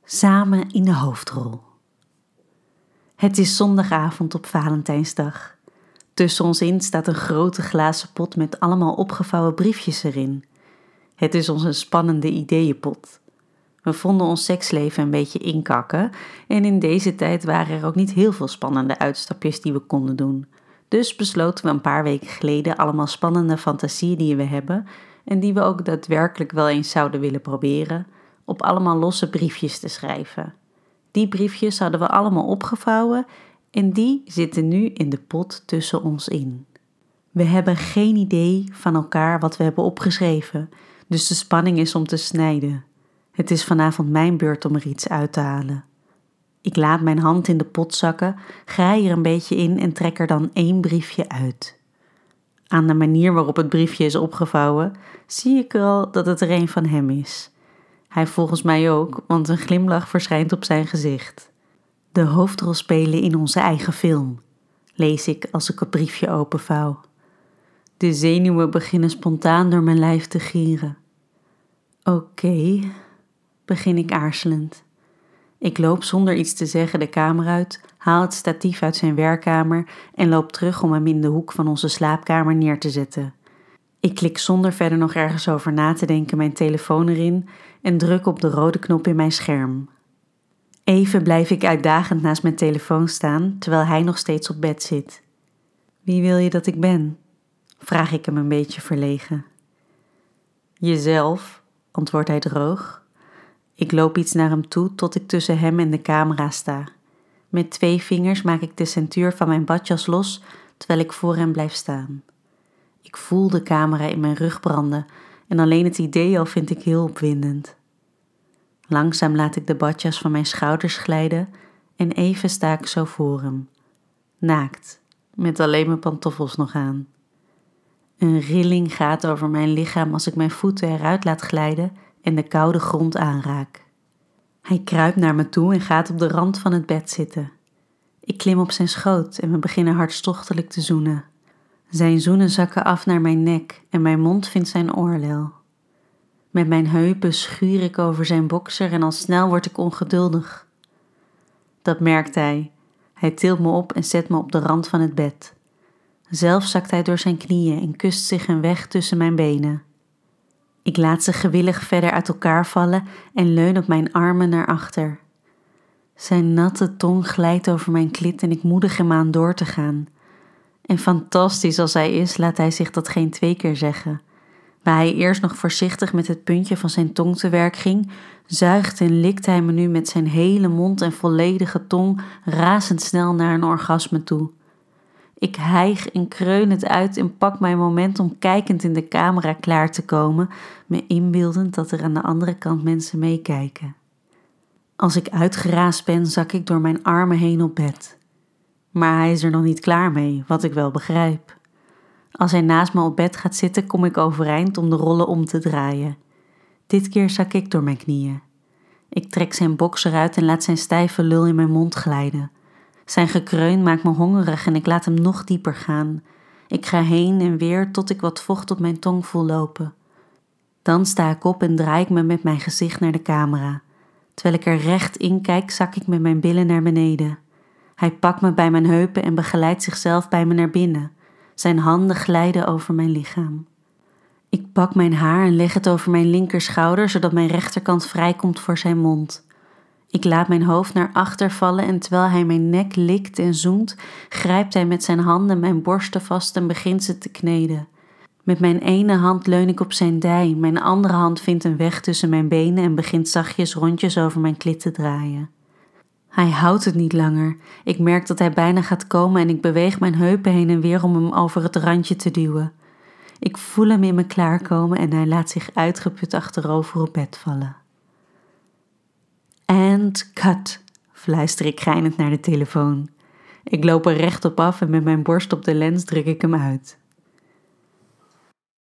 Samen in de hoofdrol. Het is zondagavond op Valentijnsdag. Tussen ons in staat een grote glazen pot met allemaal opgevouwen briefjes erin. Het is onze spannende ideeënpot. We vonden ons seksleven een beetje inkakken en in deze tijd waren er ook niet heel veel spannende uitstapjes die we konden doen. Dus besloten we een paar weken geleden allemaal spannende fantasieën die we hebben en die we ook daadwerkelijk wel eens zouden willen proberen, op allemaal losse briefjes te schrijven. Die briefjes hadden we allemaal opgevouwen en die zitten nu in de pot tussen ons in. We hebben geen idee van elkaar wat we hebben opgeschreven, dus de spanning is om te snijden. Het is vanavond mijn beurt om er iets uit te halen. Ik laat mijn hand in de pot zakken, graai er een beetje in en trek er dan 1 briefje uit. Aan de manier waarop het briefje is opgevouwen, zie ik al dat het er een van hem is. Hij volgens mij ook, want een glimlach verschijnt op zijn gezicht. De hoofdrol spelen in onze eigen film, lees ik als ik het briefje openvouw. De zenuwen beginnen spontaan door mijn lijf te gieren. Oké, begin ik aarzelend. Ik loop zonder iets te zeggen de kamer uit, haal het statief uit zijn werkkamer en loop terug om hem in de hoek van onze slaapkamer neer te zetten. Ik klik zonder verder nog ergens over na te denken mijn telefoon erin en druk op de rode knop in mijn scherm. Even blijf ik uitdagend naast mijn telefoon staan, terwijl hij nog steeds op bed zit. Wie wil je dat ik ben? Vraag ik hem een beetje verlegen. Jezelf, antwoordt hij droog. Ik loop iets naar hem toe tot ik tussen hem en de camera sta. Met 2 vingers maak ik de centuur van mijn badjas los, terwijl ik voor hem blijf staan. Ik voel de camera in mijn rug branden en alleen het idee al vind ik heel opwindend. Langzaam laat ik de badjas van mijn schouders glijden en even sta ik zo voor hem. Naakt, met alleen mijn pantoffels nog aan. Een rilling gaat over mijn lichaam als ik mijn voeten eruit laat glijden en de koude grond aanraak. Hij kruipt naar me toe en gaat op de rand van het bed zitten. Ik klim op zijn schoot en we beginnen hartstochtelijk te zoenen. Zijn zoenen zakken af naar mijn nek en mijn mond vindt zijn oorlel. Met mijn heupen schuur ik over zijn bokser en al snel word ik ongeduldig. Dat merkt hij. Hij tilt me op en zet me op de rand van het bed. Zelf zakt hij door zijn knieën en kust zich een weg tussen mijn benen. Ik laat ze gewillig verder uit elkaar vallen en leun op mijn armen naar achter. Zijn natte tong glijdt over mijn klit en ik moedig hem aan door te gaan. En fantastisch als hij is, laat hij zich dat geen 2 keer zeggen. Waar hij eerst nog voorzichtig met het puntje van zijn tong te werk ging, zuigt en likt hij me nu met zijn hele mond en volledige tong razendsnel naar een orgasme toe. Ik hijg en kreun het uit en pak mijn moment om kijkend in de camera klaar te komen, me inbeeldend dat er aan de andere kant mensen meekijken. Als ik uitgeraasd ben, zak ik door mijn armen heen op bed. Maar hij is er nog niet klaar mee, wat ik wel begrijp. Als hij naast me op bed gaat zitten, kom ik overeind om de rollen om te draaien. Dit keer zak ik door mijn knieën. Ik trek zijn bokser uit en laat zijn stijve lul in mijn mond glijden. Zijn gekreun maakt me hongerig en ik laat hem nog dieper gaan. Ik ga heen en weer tot ik wat vocht op mijn tong voel lopen. Dan sta ik op en draai ik me met mijn gezicht naar de camera. Terwijl ik er recht in kijk, zak ik met mijn billen naar beneden. Hij pakt me bij mijn heupen en begeleidt zichzelf bij me naar binnen. Zijn handen glijden over mijn lichaam. Ik pak mijn haar en leg het over mijn linkerschouder, zodat mijn rechterkant vrijkomt voor zijn mond. Ik laat mijn hoofd naar achter vallen en terwijl hij mijn nek likt en zoent, grijpt hij met zijn handen mijn borsten vast en begint ze te kneden. Met mijn ene hand leun ik op zijn dij, mijn andere hand vindt een weg tussen mijn benen en begint zachtjes rondjes over mijn klit te draaien. Hij houdt het niet langer. Ik merk dat hij bijna gaat komen en ik beweeg mijn heupen heen en weer om hem over het randje te duwen. Ik voel hem in me klaarkomen en hij laat zich uitgeput achterover op bed vallen. And cut, fluister ik grijnend naar de telefoon. Ik loop er recht op af en met mijn borst op de lens druk ik hem uit.